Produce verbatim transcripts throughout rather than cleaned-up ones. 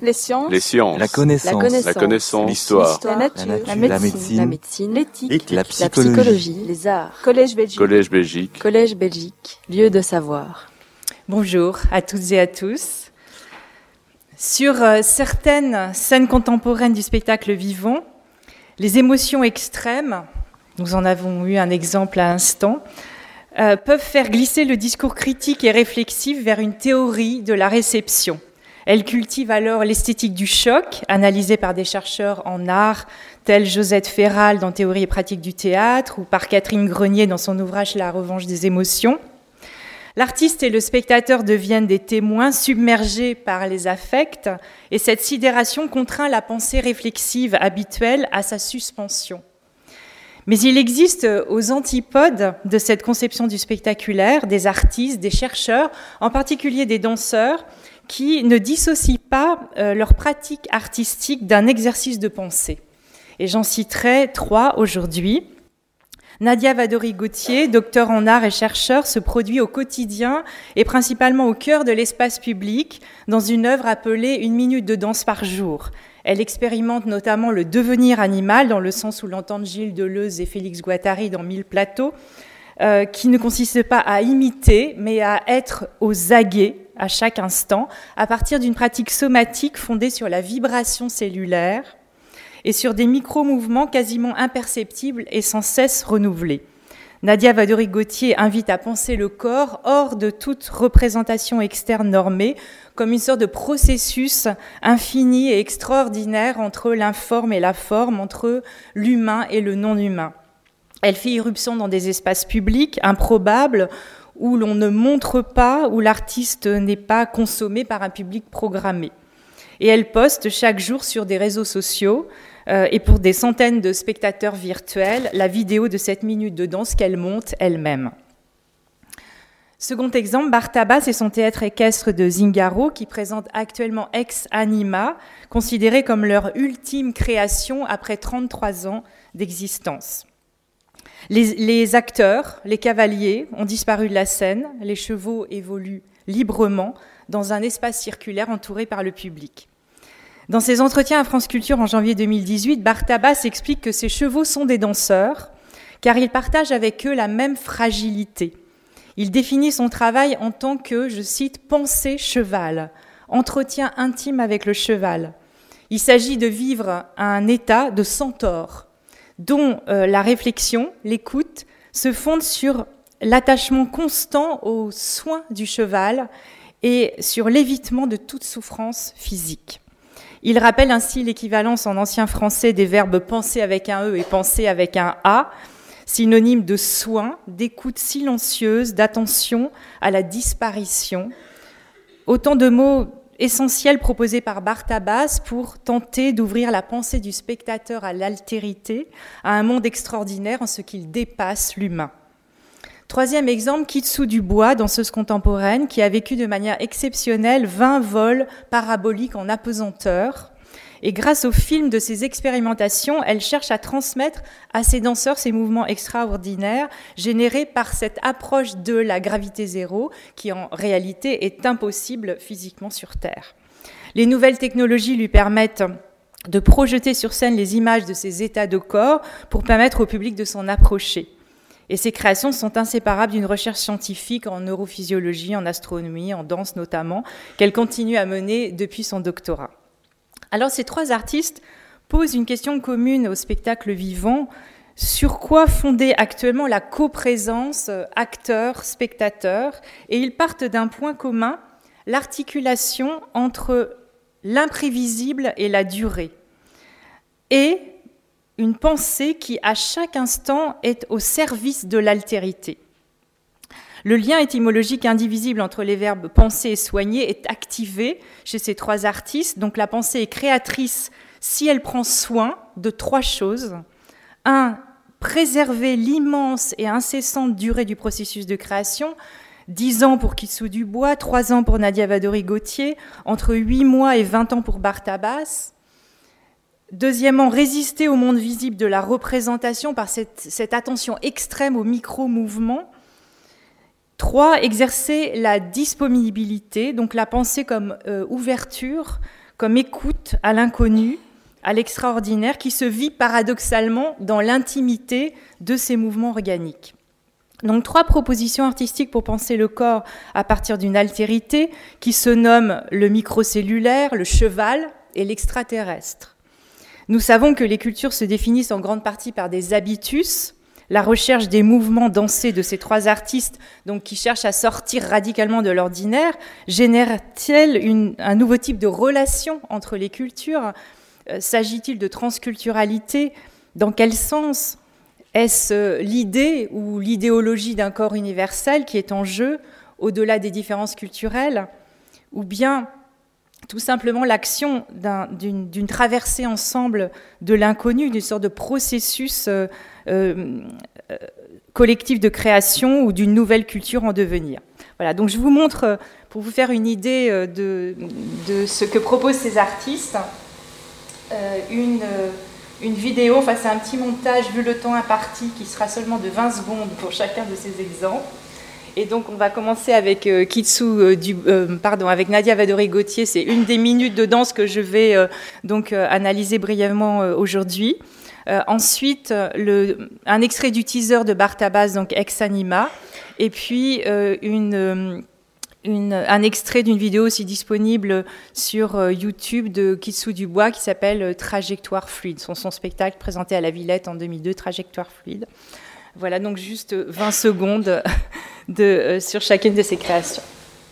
Les sciences. Les sciences. La connaissance. La connaissance. La connaissance. L'histoire. La nature. La nature. La médecine. La médecine. La médecine. L'éthique. La La psychologie. psychologie. Les arts. Collège Belgique. Collège Belgique. Collège Belgique. Lieu de savoir. Bonjour à toutes et à tous. Sur euh, certaines scènes contemporaines du spectacle vivant, les émotions extrêmes, nous en avons eu un exemple à l'instant, euh, peuvent faire glisser le discours critique et réflexif vers une théorie de la réception. Elles cultivent alors l'esthétique du choc, analysée par des chercheurs en art, tels Josette Ferral dans Théorie et pratique du théâtre, ou par Catherine Grenier dans son ouvrage La revanche des émotions. L'artiste et le spectateur deviennent des témoins submergés par les affects, et cette sidération contraint la pensée réflexive habituelle à sa suspension. Mais il existe aux antipodes de cette conception du spectaculaire des artistes, des chercheurs, en particulier des danseurs, qui ne dissocient pas euh, leur pratique artistique d'un exercice de pensée. Et j'en citerai trois aujourd'hui. Nadia Vadori-Gauthier, docteur en art et chercheur, se produit au quotidien et principalement au cœur de l'espace public dans une œuvre appelée « Une minute de danse par jour ». Elle expérimente notamment le devenir animal, dans le sens où l'entendent Gilles Deleuze et Félix Guattari dans Mille plateaux, euh, qui ne consiste pas à imiter, mais à être aux aguets à chaque instant, à partir d'une pratique somatique fondée sur la vibration cellulaire et sur des micro-mouvements quasiment imperceptibles et sans cesse renouvelés. Nadia Vadori-Gauthier invite à penser le corps hors de toute représentation externe normée, comme une sorte de processus infini et extraordinaire entre l'informe et la forme, entre l'humain et le non-humain. Elle fait irruption dans des espaces publics improbables, où l'on ne montre pas, où l'artiste n'est pas consommé par un public programmé. Et elle poste chaque jour sur des réseaux sociaux, euh, et pour des centaines de spectateurs virtuels, la vidéo de cette minute de danse qu'elle monte elle-même. Second exemple, Bartabas et son théâtre équestre de Zingaro, qui présente actuellement Ex Anima, considéré comme leur ultime création après trente-trois ans d'existence. Les, les acteurs, les cavaliers, ont disparu de la scène, les chevaux évoluent librement dans un espace circulaire entouré par le public. Dans ses entretiens à France Culture en janvier deux mille dix-huit, Bartabas explique que ces chevaux sont des danseurs, car ils partagent avec eux la même fragilité. Il définit son travail en tant que, je cite, « pensée cheval », entretien intime avec le cheval. Il s'agit de vivre un état de centaure, dont euh, la réflexion, l'écoute, se fonde sur l'attachement constant aux soins du cheval et sur l'évitement de toute souffrance physique. Il rappelle ainsi l'équivalence en ancien français des verbes penser avec un E et penser avec un A, synonyme de soin, d'écoute silencieuse, d'attention à la disparition. Autant de mots essentiels proposés par Bartabas pour tenter d'ouvrir la pensée du spectateur à l'altérité, à un monde extraordinaire en ce qu'il dépasse l'humain. Troisième exemple, Kitsou Dubois, danseuse contemporaine, qui a vécu de manière exceptionnelle vingt vols paraboliques en apesanteur. Et grâce au film de ses expérimentations, elle cherche à transmettre à ses danseurs ces mouvements extraordinaires générés par cette approche de la gravité zéro qui en réalité est impossible physiquement sur Terre. Les nouvelles technologies lui permettent de projeter sur scène les images de ces états de corps pour permettre au public de s'en approcher. Et ces créations sont inséparables d'une recherche scientifique en neurophysiologie, en astronomie, en danse notamment, qu'elle continue à mener depuis son doctorat. Alors ces trois artistes posent une question commune au spectacle vivant. Sur quoi fonder actuellement la coprésence acteur-spectateur ? Et ils partent d'un point commun, l'articulation entre l'imprévisible et la durée. Et une pensée qui, à chaque instant, est au service de l'altérité. Le lien étymologique indivisible entre les verbes penser et soigner est activé chez ces trois artistes. Donc la pensée est créatrice si elle prend soin de trois choses. Un, préserver l'immense et incessante durée du processus de création. Dix ans pour Kitsou Dubois, trois ans pour Nadia Vadori-Gauthier, entre huit mois et vingt ans pour Bartabas. Deuxièmement, résister au monde visible de la représentation par cette, cette attention extrême aux micro-mouvements. Trois, exercer la disponibilité, donc la pensée comme euh, ouverture, comme écoute à l'inconnu, à l'extraordinaire, qui se vit paradoxalement dans l'intimité de ces mouvements organiques. Donc trois propositions artistiques pour penser le corps à partir d'une altérité qui se nomme le microcellulaire, le cheval et l'extraterrestre. Nous savons que les cultures se définissent en grande partie par des habitus. La recherche des mouvements dansés de ces trois artistes, donc qui cherchent à sortir radicalement de l'ordinaire, génère-t-elle une, un nouveau type de relation entre les cultures ? euh, S'agit-il de transculturalité ? Dans quel sens ? Est-ce l'idée ou l'idéologie d'un corps universel qui est en jeu, au-delà des différences culturelles ? Ou bien, tout simplement, l'action d'un, d'une, d'une traversée ensemble de l'inconnu, d'une sorte de processus euh, euh, collectif de création ou d'une nouvelle culture en devenir. Voilà, donc je vous montre, pour vous faire une idée de, de ce que proposent ces artistes, euh, une... Une vidéo, enfin c'est un petit montage vu le temps imparti qui sera seulement de vingt secondes pour chacun de ces exemples. Et donc on va commencer avec euh, Kitsu, euh, du, euh, pardon, avec Nadia Vadori-Gauthier. C'est une des minutes de danse que je vais euh, donc euh, analyser brièvement euh, aujourd'hui. Euh, ensuite, le, un extrait du teaser de Bartabas, donc Ex Anima, et puis euh, une euh, Une, un extrait d'une vidéo aussi disponible sur euh, YouTube de Kitsu Dubois qui s'appelle Trajectoire fluide, son, son spectacle présenté à la Villette en deux mille deux, Trajectoire fluide. Voilà, donc juste vingt secondes de, euh, sur chacune de ces créations.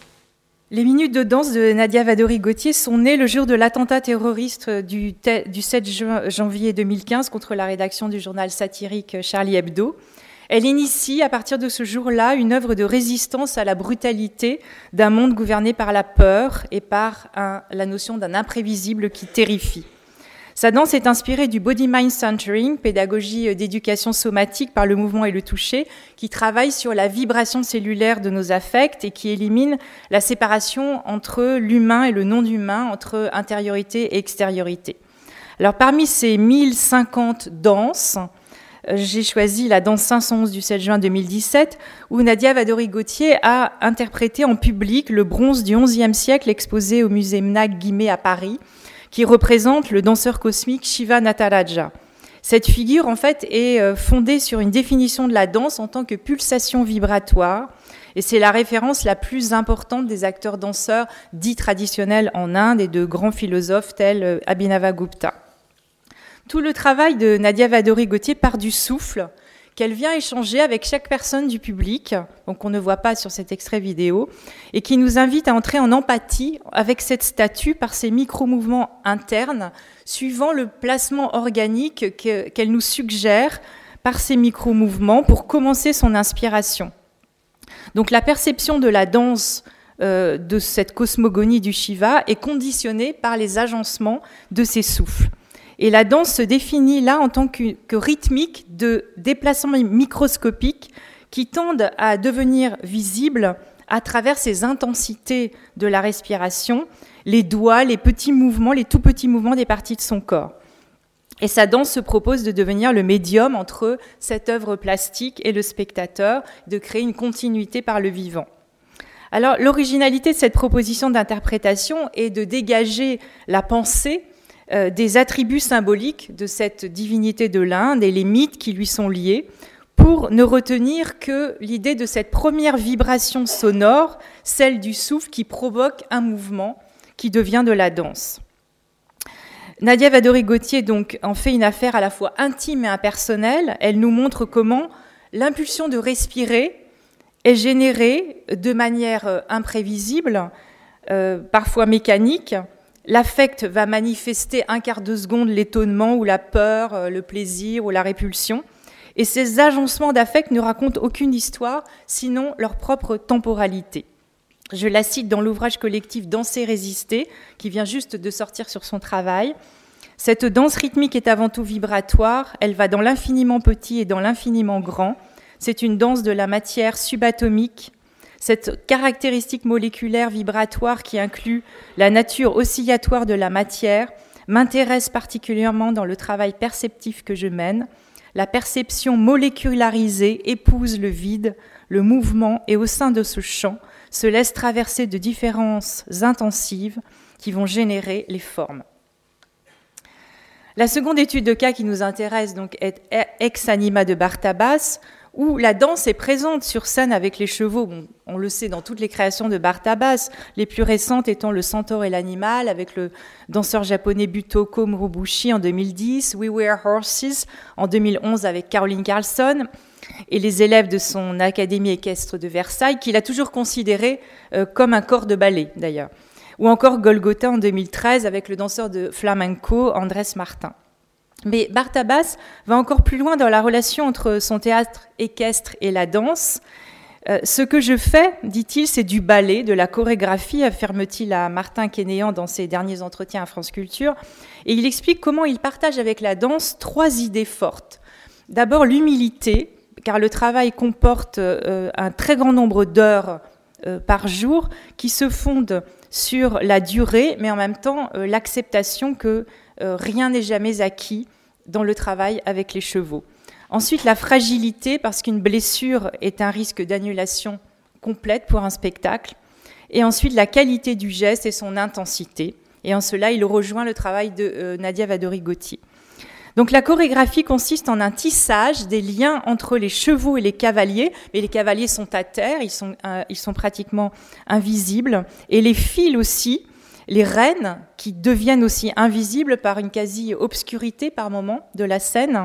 Les minutes de danse de Nadia Vadori-Gauthier sont nées le jour de l'attentat terroriste du, te- du sept janvier deux mille quinze contre la rédaction du journal satirique Charlie Hebdo. Elle initie, à partir de ce jour-là, une œuvre de résistance à la brutalité d'un monde gouverné par la peur et par un, la notion d'un imprévisible qui terrifie. Sa danse est inspirée du body-mind centering, pédagogie d'éducation somatique par le mouvement et le toucher, qui travaille sur la vibration cellulaire de nos affects et qui élimine la séparation entre l'humain et le non-humain, entre intériorité et extériorité. Alors, parmi ces mille cinquante danses, j'ai choisi la danse cinq cent onze du sept juin deux mille dix-sept, où Nadia Vadori-Gauthier a interprété en public le bronze du onzième siècle exposé au musée Mnac-Guimet à Paris, qui représente le danseur cosmique Shiva Nataraja. Cette figure, en fait, est fondée sur une définition de la danse en tant que pulsation vibratoire, et c'est la référence la plus importante des acteurs danseurs dits traditionnels en Inde et de grands philosophes tels Abhinavagupta. Tout le travail de Nadia Vadori-Gauthier part du souffle qu'elle vient échanger avec chaque personne du public, donc on ne voit pas sur cet extrait vidéo, et qui nous invite à entrer en empathie avec cette statue par ses micro-mouvements internes, suivant le placement organique que, qu'elle nous suggère par ces micro-mouvements pour commencer son inspiration. Donc la perception de la danse euh, de cette cosmogonie du Shiva est conditionnée par les agencements de ses souffles. Et la danse se définit là en tant que, que rythmique de déplacements microscopiques qui tendent à devenir visibles à travers ces intensités de la respiration, les doigts, les petits mouvements, les tout petits mouvements des parties de son corps. Et sa danse se propose de devenir le médium entre cette œuvre plastique et le spectateur, de créer une continuité par le vivant. Alors, l'originalité de cette proposition d'interprétation est de dégager la pensée Euh, des attributs symboliques de cette divinité de l'Inde et les mythes qui lui sont liés, pour ne retenir que l'idée de cette première vibration sonore, celle du souffle qui provoque un mouvement qui devient de la danse. Nadia Vadori-Gauthier donc en fait une affaire à la fois intime et impersonnelle. Elle nous montre comment l'impulsion de respirer est générée de manière imprévisible, euh, parfois mécanique. L'affect va manifester un quart de seconde l'étonnement ou la peur, le plaisir ou la répulsion. Et ces agencements d'affect ne racontent aucune histoire, sinon leur propre temporalité. Je la cite dans l'ouvrage collectif Danser, résister, qui vient juste de sortir sur son travail. Cette danse rythmique est avant tout vibratoire, elle va dans l'infiniment petit et dans l'infiniment grand. C'est une danse de la matière subatomique. Cette caractéristique moléculaire vibratoire qui inclut la nature oscillatoire de la matière m'intéresse particulièrement dans le travail perceptif que je mène. La perception molécularisée épouse le vide, le mouvement et au sein de ce champ se laisse traverser de différences intensives, qui vont générer les formes. La seconde étude de cas qui nous intéresse donc est Ex Anima de Bartabas, où la danse est présente sur scène avec les chevaux. Bon, on le sait dans toutes les créations de Bartabas, les plus récentes étant Le Centaure et l'Animal, avec le danseur japonais Butoko Murobushi en deux mille dix, We Were Horses en deux mille onze avec Caroline Carlson, et les élèves de son académie équestre de Versailles, qu'il a toujours considéré euh, comme un corps de ballet d'ailleurs. Ou encore Golgotha en deux mille treize avec le danseur de flamenco Andrés Martin. Mais Bartabas va encore plus loin dans la relation entre son théâtre équestre et la danse. Euh, ce que je fais, dit-il, c'est du ballet, de la chorégraphie, affirme-t-il à Martin Quénéan dans ses derniers entretiens à France Culture. Et il explique comment il partage avec la danse trois idées fortes. D'abord, l'humilité, car le travail comporte euh, un très grand nombre d'heures euh, par jour qui se fondent sur la durée, mais en même temps euh, l'acceptation que euh, rien n'est jamais acquis dans le travail avec les chevaux. Ensuite, la fragilité, parce qu'une blessure est un risque d'annulation complète pour un spectacle. Et ensuite, la qualité du geste et son intensité. Et en cela, il rejoint le travail de euh, Nadia Vadori-Gauthier. Donc la chorégraphie consiste en un tissage des liens entre les chevaux et les cavaliers, mais les cavaliers sont à terre, ils sont, euh, ils sont pratiquement invisibles, et les fils aussi, les rênes, qui deviennent aussi invisibles par une quasi-obscurité par moment de la scène,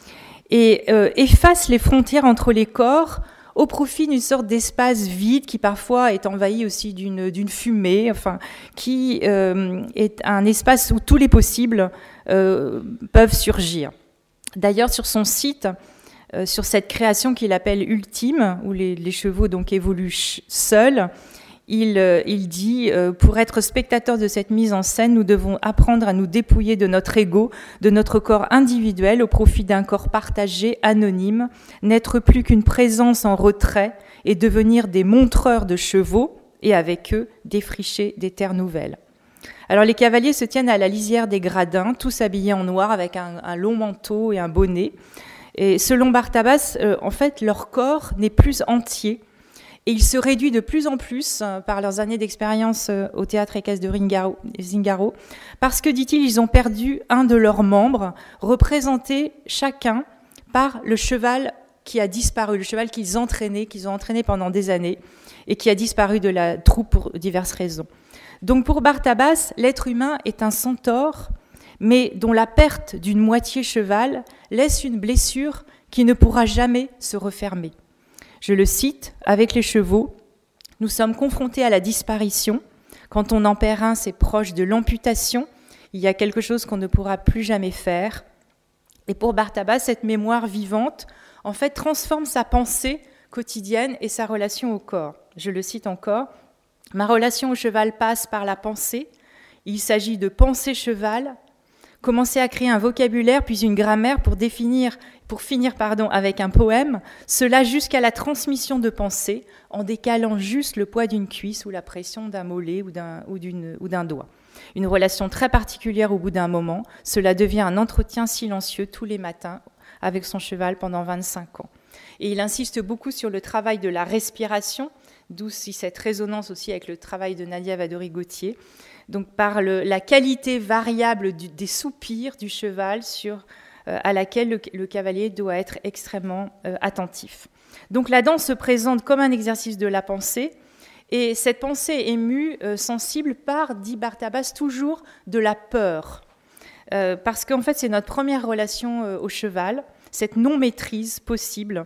et euh, effacent les frontières entre les corps au profit d'une sorte d'espace vide qui parfois est envahi aussi d'une, d'une fumée, enfin, qui euh, est un espace où tous les possibles euh, peuvent surgir. D'ailleurs, sur son site, euh, sur cette création qu'il appelle Ultime, où les, les chevaux donc évoluent ch- seuls, il, euh, il dit euh, « Pour être spectateur de cette mise en scène, nous devons apprendre à nous dépouiller de notre ego, de notre corps individuel au profit d'un corps partagé, anonyme, n'être plus qu'une présence en retrait et devenir des montreurs de chevaux et avec eux défricher des terres nouvelles. » Alors les cavaliers se tiennent à la lisière des gradins, tous habillés en noir avec un, un long manteau et un bonnet. Et selon Bartabas, euh, en fait, leur corps n'est plus entier. Et il se réduit de plus en plus euh, par leurs années d'expérience euh, au théâtre équestre de Ringaro, Zingaro, parce que, dit-il, ils ont perdu un de leurs membres, représenté chacun par le cheval qui a disparu, le cheval qu'ils entraînaient, qu'ils ont entraîné pendant des années, et qui a disparu de la troupe pour diverses raisons. Donc pour Bartabas, l'être humain est un centaure, mais dont la perte d'une moitié cheval laisse une blessure qui ne pourra jamais se refermer. Je le cite, « Avec les chevaux, nous sommes confrontés à la disparition. Quand on en perd un, c'est proche de l'amputation. Il y a quelque chose qu'on ne pourra plus jamais faire. » Et pour Bartabas, cette mémoire vivante, en fait, transforme sa pensée quotidienne et sa relation au corps. Je le cite encore, « Ma relation au cheval passe par la pensée. Il s'agit de penser cheval, commencer à créer un vocabulaire puis une grammaire pour définir, pour finir pardon, avec un poème, cela jusqu'à la transmission de pensée en décalant juste le poids d'une cuisse ou la pression d'un mollet ou d'un, ou d'une, ou d'un doigt. Une relation très particulière au bout d'un moment, cela devient un entretien silencieux tous les matins avec son cheval pendant vingt-cinq ans. Et il insiste beaucoup sur le travail de la respiration, d'où cette résonance aussi avec le travail de Nadia Vadori-Gauthier, donc par le, la qualité variable du, des soupirs du cheval sur, euh, à laquelle le, le cavalier doit être extrêmement euh, attentif. Donc la danse se présente comme un exercice de la pensée, et cette pensée est mue, euh, sensible par, dit Bartabas, toujours de la peur. Euh, parce qu'en fait, c'est notre première relation euh, au cheval, cette non-maîtrise possible.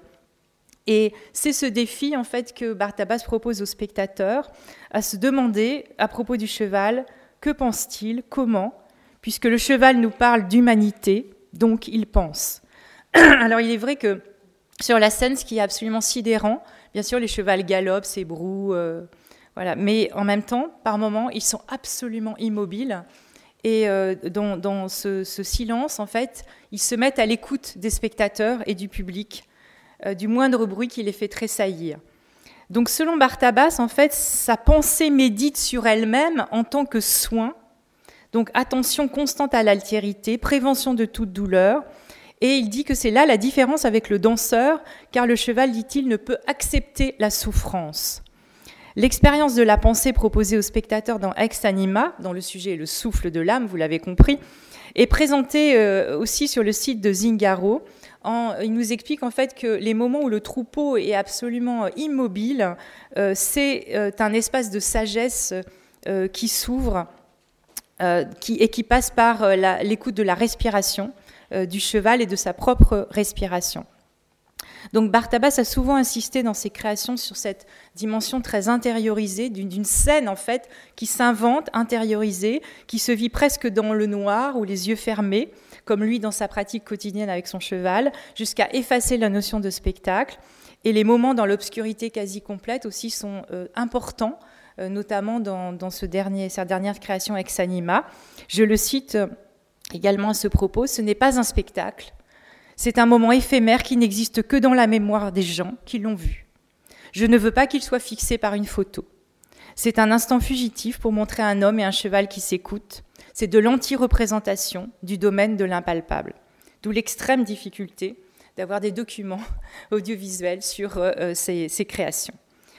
Et c'est ce défi en fait que Bartabas propose aux spectateurs, à se demander à propos du cheval, que pense-t-il, comment, puisque le cheval nous parle d'humanité, donc il pense. Alors il est vrai que sur la scène, ce qui est absolument sidérant, bien sûr les chevals galopent, s'ébrouent, euh, voilà, mais en même temps, par moments, ils sont absolument immobiles. Et euh, dans, dans ce, ce silence, en fait, ils se mettent à l'écoute des spectateurs et du public, Euh, du moindre bruit qui les fait tressaillir. Donc selon Bartabas, en fait, sa pensée médite sur elle-même en tant que soin, donc attention constante à l'altérité, prévention de toute douleur, et il dit que c'est là la différence avec le danseur, car le cheval, dit-il, ne peut accepter la souffrance. L'expérience de la pensée proposée aux spectateurs dans Ex Anima, dont le sujet est le souffle de l'âme, vous l'avez compris, est présentée euh, aussi sur le site de Zingaro. En, il nous explique en fait que les moments où le troupeau est absolument immobile, euh, c'est euh, un espace de sagesse euh, qui s'ouvre euh, qui, et qui passe par euh, la, l'écoute de la respiration euh, du cheval et de sa propre respiration. Donc Bartabas a souvent insisté dans ses créations sur cette dimension très intériorisée d'une, d'une scène en fait qui s'invente, intériorisée, qui se vit presque dans le noir ou les yeux fermés, comme lui dans sa pratique quotidienne avec son cheval, jusqu'à effacer la notion de spectacle. Et les moments dans l'obscurité quasi complète aussi sont euh, importants, euh, notamment dans, dans ce dernier, sa dernière création Ex Anima. Je le cite euh, également à ce propos, « Ce n'est pas un spectacle. C'est un moment éphémère qui n'existe que dans la mémoire des gens qui l'ont vu. Je ne veux pas qu'il soit fixé par une photo. C'est un instant fugitif pour montrer un homme et un cheval qui s'écoutent. C'est de l'anti-représentation du domaine de l'impalpable. D'où l'extrême difficulté d'avoir des documents audiovisuels sur euh, ces, ces créations.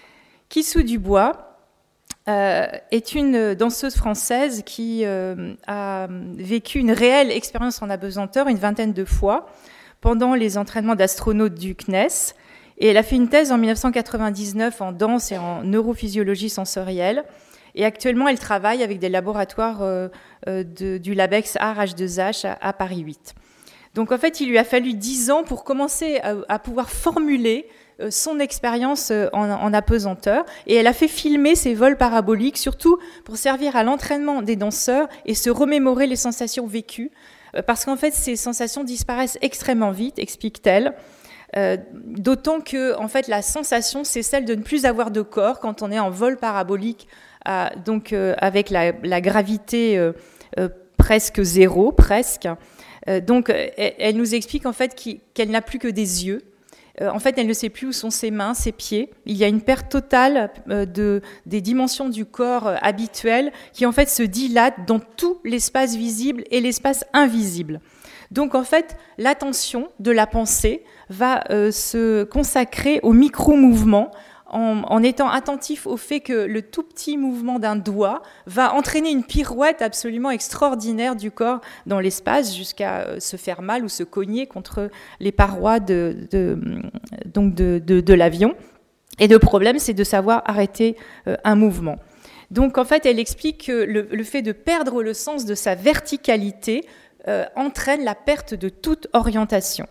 Kissou Dubois euh, est une danseuse française qui euh, a vécu une réelle expérience en apesanteur une vingtaine de fois, pendant les entraînements d'astronautes du C N E S. Et elle a fait une thèse en dix-neuf cent quatre-vingt-dix-neuf en danse et en neurophysiologie sensorielle. Et actuellement, elle travaille avec des laboratoires euh, de, du Labex Art H deux H à, à Paris huit. Donc en fait, il lui a fallu dix ans pour commencer à, à pouvoir formuler euh, son expérience euh, en, en apesanteur. Et elle a fait filmer ses vols paraboliques, surtout pour servir à l'entraînement des danseurs et se remémorer les sensations vécues. Parce qu'en fait, ces sensations disparaissent extrêmement vite, explique-t-elle, euh, d'autant que en fait, la sensation, c'est celle de ne plus avoir de corps quand on est en vol parabolique, à, donc euh, avec la, la gravité euh, euh, presque zéro, presque. Euh, donc, elle, elle nous explique en fait qu'elle n'a plus que des yeux. Euh, en fait, elle ne sait plus où sont ses mains, ses pieds. Il y a une perte totale euh, de, des dimensions du corps euh, habituel qui, en fait, se dilate dans tout l'espace visible et l'espace invisible. Donc, en fait, l'attention de la pensée va euh, se consacrer au micro-mouvement en, en étant attentif au fait que le tout petit mouvement d'un doigt va entraîner une pirouette absolument extraordinaire du corps dans l'espace jusqu'à se faire mal ou se cogner contre les parois de, de, donc de, de, de l'avion. Et le problème, c'est de savoir arrêter un mouvement. Donc, en fait, elle explique que le, le fait de perdre le sens de sa verticalité euh, entraîne la perte de toute orientation.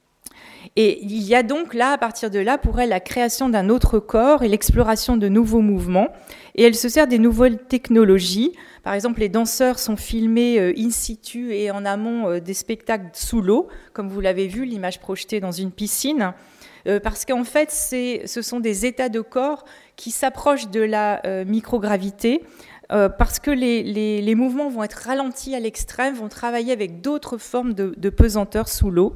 Et il y a donc là, à partir de là, pour elle, la création d'un autre corps et l'exploration de nouveaux mouvements. Et elle se sert des nouvelles technologies. Par exemple, les danseurs sont filmés in situ et en amont des spectacles sous l'eau, comme vous l'avez vu, l'image projetée dans une piscine. Parce qu'en fait, c'est, ce sont des états de corps qui s'approchent de la euh, microgravité, euh, parce que les, les, les mouvements vont être ralentis à l'extrême, vont travailler avec d'autres formes de, de pesanteur sous l'eau.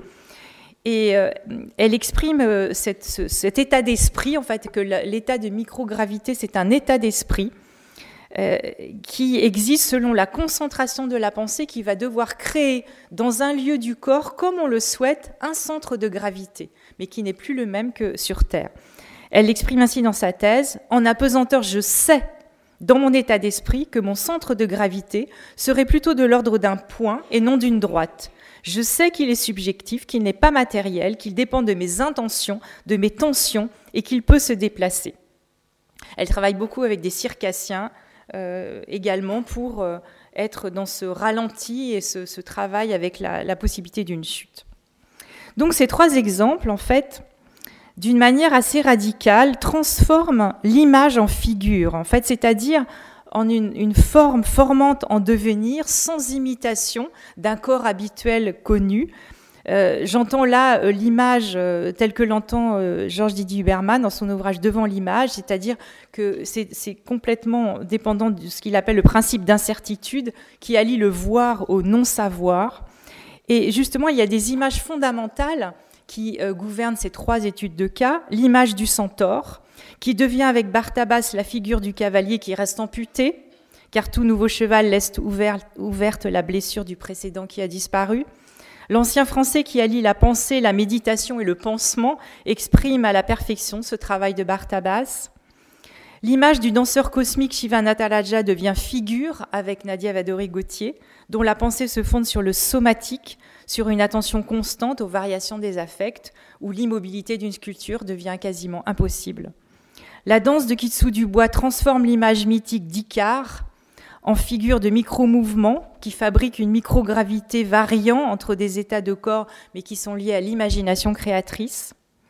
Et euh, elle exprime euh, cette, ce, cet état d'esprit, en fait, que la, l'état de microgravité, c'est un état d'esprit euh, qui existe selon la concentration de la pensée qui va devoir créer dans un lieu du corps, comme on le souhaite, un centre de gravité, mais qui n'est plus le même que sur Terre. Elle l'exprime ainsi dans sa thèse. « En apesanteur, je sais, dans mon état d'esprit, que mon centre de gravité serait plutôt de l'ordre d'un point et non d'une droite. Je sais qu'il est subjectif, qu'il n'est pas matériel, qu'il dépend de mes intentions, de mes tensions et qu'il peut se déplacer. » Elle travaille beaucoup avec des circassiens euh, également pour euh, être dans ce ralenti et ce, ce travail avec la, la possibilité d'une chute. Donc ces trois exemples, en fait, d'une manière assez radicale, transforment l'image en figure, en fait, c'est-à-dire en une, une forme formante en devenir, sans imitation d'un corps habituel connu. Euh, j'entends là euh, l'image euh, telle que l'entend euh, Georges Didier Huberman dans son ouvrage Devant l'image, c'est-à-dire que c'est, c'est complètement dépendant de ce qu'il appelle le principe d'incertitude qui allie le voir au non-savoir. Et justement, il y a des images fondamentales qui euh, gouvernent ces trois études de cas. L'image du centaure, qui devient avec Bartabas la figure du cavalier qui reste amputé, car tout nouveau cheval laisse ouverte, ouverte la blessure du précédent qui a disparu. L'ancien français qui allie la pensée, la méditation et le pansement exprime à la perfection ce travail de Bartabas. L'image du danseur cosmique Shiva Nataraja devient figure avec Nadia Vadori-Gautier, dont la pensée se fonde sur le somatique, sur une attention constante aux variations des affects, où l'immobilité d'une sculpture devient quasiment impossible. La danse de Kitsu Dubois transforme l'image mythique d'Icare en figure de micro-mouvements qui fabriquent une microgravité variant entre des états de corps, mais qui sont liés à l'imagination créatrice.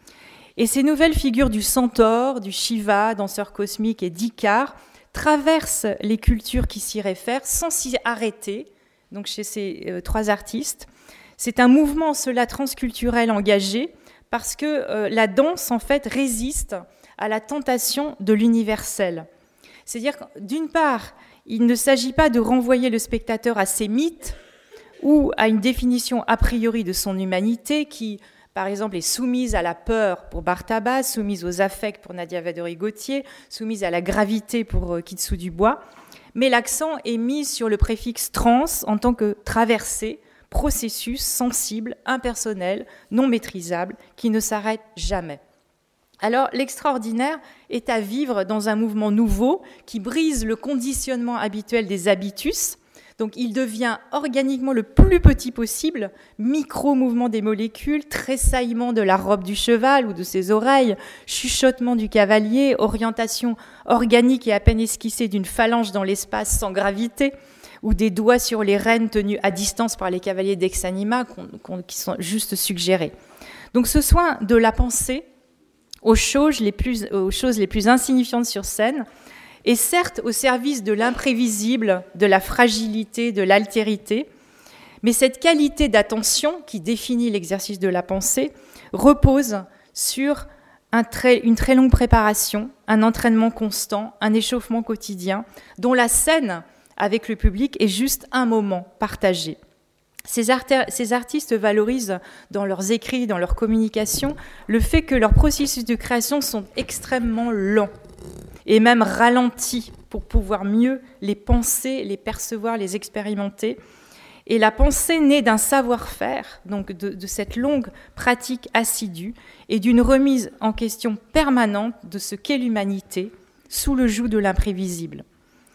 Et ces nouvelles figures du centaure, du Shiva, danseur cosmique, et d'Icare traversent les cultures qui s'y réfèrent sans s'y arrêter, donc chez ces euh, trois artistes. C'est un mouvement en cela transculturel engagé parce que euh, la danse, en fait, résiste à la tentation de l'universel. C'est-à-dire que, d'une part, il ne s'agit pas de renvoyer le spectateur à ses mythes ou à une définition a priori de son humanité qui, par exemple, est soumise à la peur pour Barthabas, soumise aux affects pour Nadia Vadori-Gautier, soumise à la gravité pour Kitsu Dubois, mais l'accent est mis sur le préfixe trans en tant que traversée, processus sensible, impersonnel, non maîtrisable, qui ne s'arrête jamais. Alors, l'extraordinaire est à vivre dans un mouvement nouveau qui brise le conditionnement habituel des habitus. Donc, il devient organiquement le plus petit possible, micro-mouvement des molécules, tressaillement de la robe du cheval ou de ses oreilles, chuchotement du cavalier, orientation organique et à peine esquissée d'une phalange dans l'espace sans gravité, ou des doigts sur les rênes tenus à distance par les cavaliers d'Exanima qu'on, qu'on, qui sont juste suggérés. Donc, ce soin de la pensée aux choses les plus, aux choses les plus insignifiantes sur scène, et certes au service de l'imprévisible, de la fragilité, de l'altérité, mais cette qualité d'attention qui définit l'exercice de la pensée repose sur un très, une très longue préparation, un entraînement constant, un échauffement quotidien, dont la scène avec le public est juste un moment partagé. Ces, art- ces artistes valorisent dans leurs écrits, dans leur communication, le fait que leurs processus de création sont extrêmement lents et même ralentis pour pouvoir mieux les penser, les percevoir, les expérimenter. Et la pensée naît d'un savoir-faire, donc de, de cette longue pratique assidue et d'une remise en question permanente de ce qu'est l'humanité sous le joug de l'imprévisible.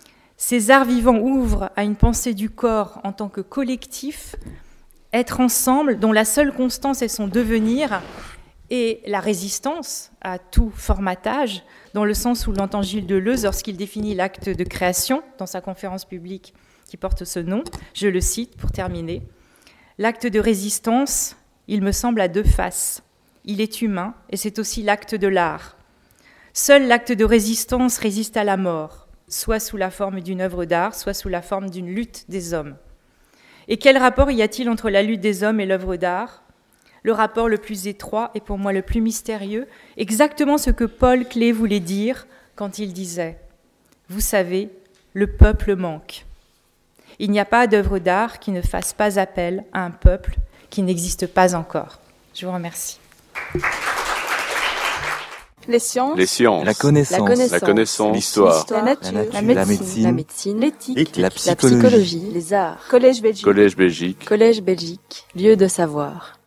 Ces arts vivants ouvrent à une pensée du corps en tant que collectif, être ensemble, dont la seule constance est son devenir, et la résistance à tout formatage, dans le sens où l'entend Gilles Deleuze lorsqu'il définit l'acte de création dans sa conférence publique qui porte ce nom. Je le cite pour terminer. L'acte de résistance, il me semble, a deux faces. Il est humain et c'est aussi l'acte de l'art. Seul l'acte de résistance résiste à la mort, soit sous la forme d'une œuvre d'art, soit sous la forme d'une lutte des hommes. Et quel rapport y a-t-il entre la lutte des hommes et l'œuvre d'art ? Le rapport le plus étroit et pour moi le plus mystérieux, exactement ce que Paul Klee voulait dire quand il disait « Vous savez, le peuple manque. Il n'y a pas d'œuvre d'art qui ne fasse pas appel à un peuple qui n'existe pas encore. » Je vous remercie. Les sciences, Les sciences, La connaissance, la connaissance, la connaissance, l'histoire, la nature, la, nature, la la médecine, médecine, la médecine, l'éthique, la la psychologie. psychologie, les arts. Collège Belgique. Collège Belgique. Collège Belgique, lieu de savoir.